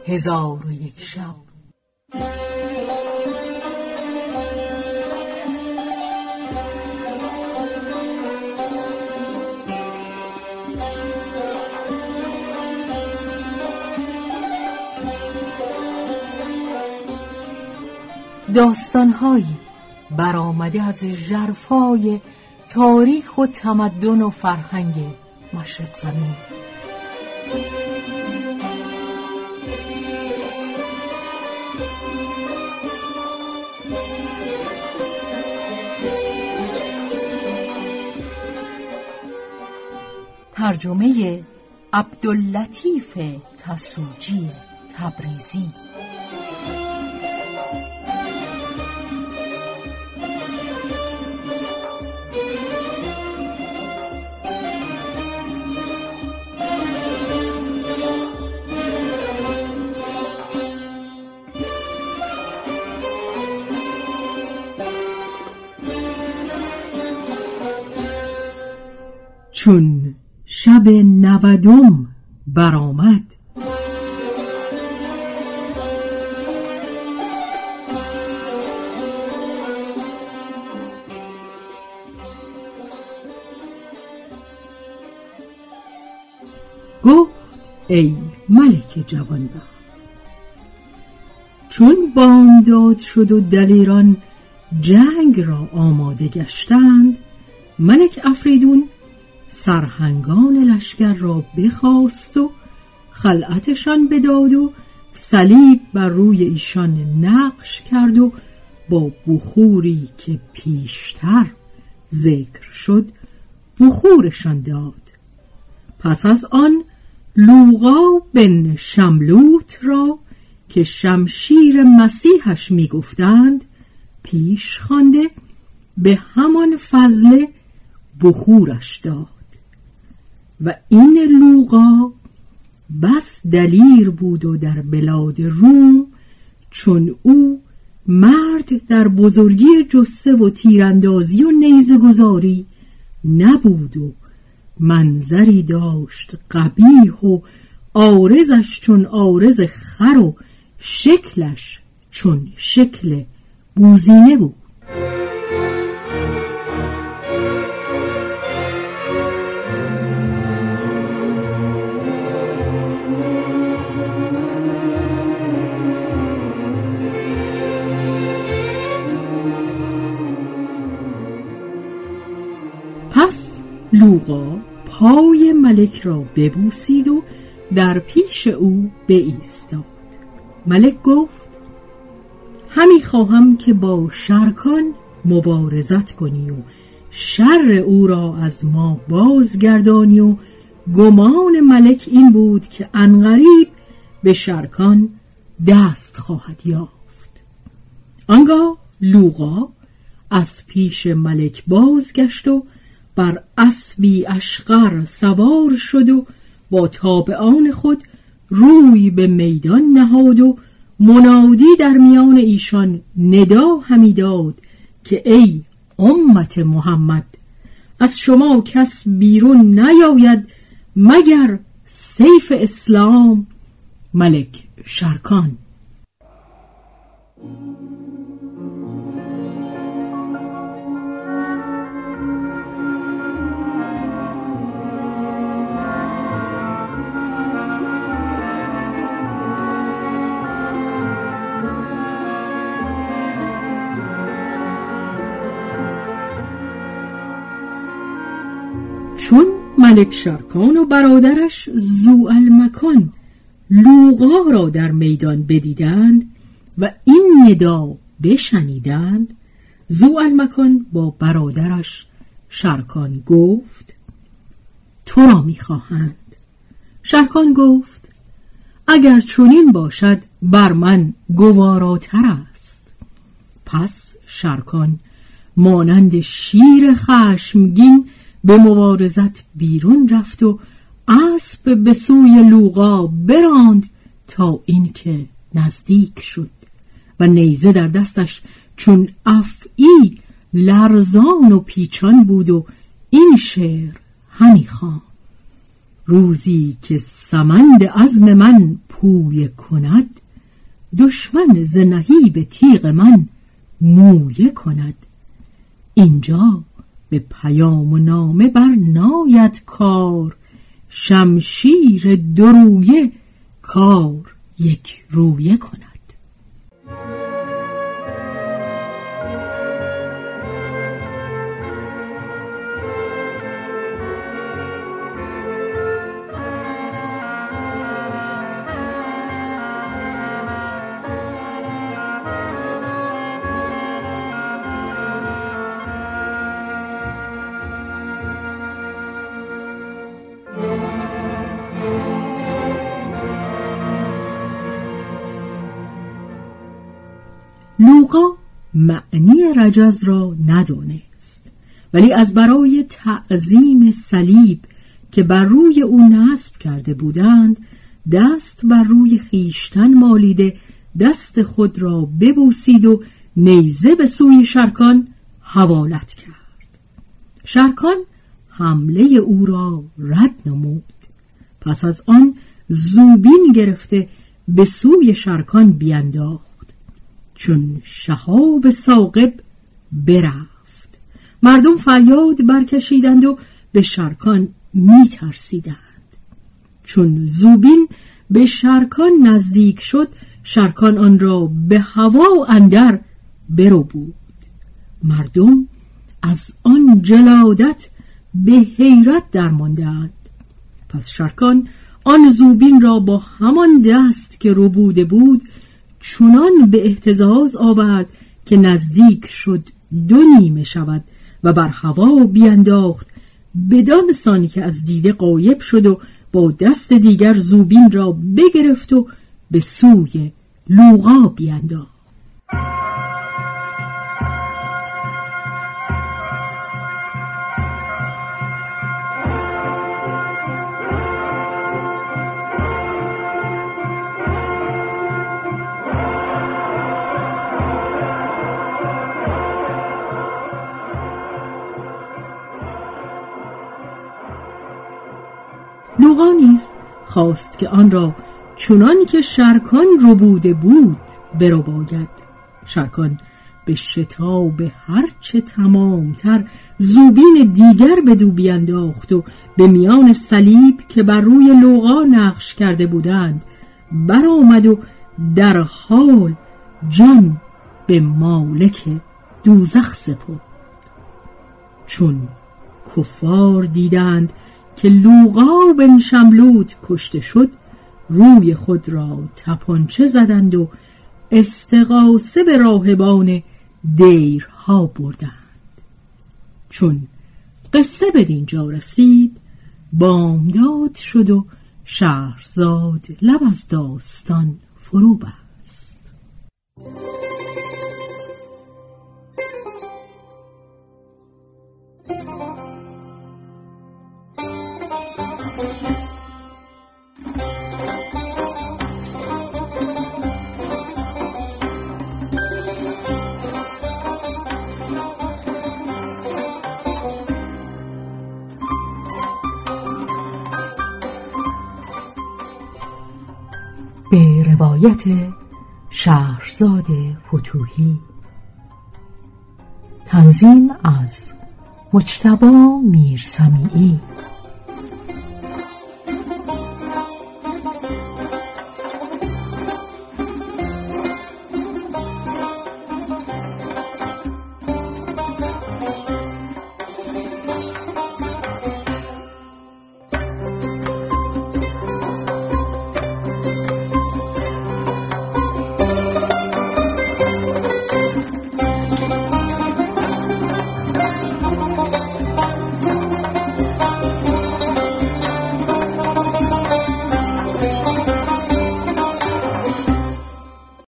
1001 شب. داستان‌هایی برآمده از ژرفای تاریخ و تمدن و فرهنگ مشرق زمین. ترجمه عبداللطیف تسوجی تبریزی. چون شب 90 برآمد، گفت ای ملک جوانبخت، چون بامداد شد و دلیران جنگ را آماده گشتند، ملک افریدون سرهنگان لشکر را بخواست و خلعتشان بداد و صلیب بر روی ایشان نقش کرد و با بخوری که پیشتر ذکر شد بخورشان داد. پس از آن لوقا بن شملوت را که شمشیر مسیحش می گفتند پیش خوانده به همان فضله بخورش داد. و این لوقا بس دلیر بود و در بلاد روم، چون او مرد در بزرگی جثه و تیراندازی و نیزه گذاری نبود و منظری داشت قبیح و عارضش چون عارض خر و شکلش چون شکل بوزینه بود. پس لوقا پای ملک را ببوسید و در پیش او بایستاد. ملک گفت همی خواهم که با شرکان مبارزت کنی و شر او را از ما بازگردانی. و گمان ملک این بود که عنقریب به شرکان دست خواهد یافت. آنگاه لوقا از پیش ملک بازگشت و بر اسبی اشقر سوار شد و با تابعان خود روی به میدان نهاد و منادی در میان ایشان ندا همی داد که ای امت محمد، از شما کس بیرون نیاید مگر سیف اسلام ملک شرکان. چون ملک شرکان و برادرش ذوالمکان لوقا را در میدان بدیدند و این ندا بشنیدند، ذوالمکان با برادرش شرکان گفت تو را می‌خواهند. شرکان گفت اگر چنین باشد بر من گواراتر است. پس شرکان مانند شیر خشمگین به مبارزت بیرون رفت و اسب به سوی لوقا براند تا اینکه نزدیک شد و نیزه در دستش چون افعی لرزان و پیچان بود و این شعر همی خواند: روزی که سمند عزم من پویه کند، دشمن ز نهیب تیغ من مویه کند. اینجا به پیام و نامه بر ناید کار، شمشیر درویه کار یک رویه کند. لوقا معنی رجز را ندانست، ولی از برای تعظیم صلیب که بر روی او نصب کرده بودند دست بر روی خیشتن مالیده دست خود را ببوسید و نیزه به سوی شرکان حوالت کرد. شرکان حمله او را رد نمود. پس از آن زوبین گرفته به سوی شرکان بینداخت. چون شهاب ثاقب برفت، مردم فریاد برکشیدند و به شرکان می ترسیدند. چون زوبین به شرکان نزدیک شد، شرکان آن را به هوا اندر برو بود. مردم از آن جلادت به حیرت درماندند. پس شرکان آن زوبین را با همان دست که ربوده بود چنان به اهتزاز آورد که نزدیک شد 2 نیمه شود و بر هوا بینداخت، بدان سان که از دیده غایب شد و با دست دیگر زوبین را بگرفت و به سوی لوقا بینداخت. لوقا نیز خواست که آن را چنان که شرکان ربوده بود برو باید. شرکان به شتاب هرچه تمامتر زوبین دیگر بدو بینداخت و به میان صلیب که بر روی لوقا نقش کرده بودند برآمد و در حال جان به مالک دوزخ سپرد. چون کفار دیدند که لوقا بن شملوت کشته شد، روی خود را تپانچه زدند و استغاثه به راهبان دیرها بردند. چون قصه به دینجا رسید، بامداد شد و شهرزاد لب از داستان فرو بست. به روایت شهرزاد فتوحی. تنظیم از مجتبی میرسمیعی.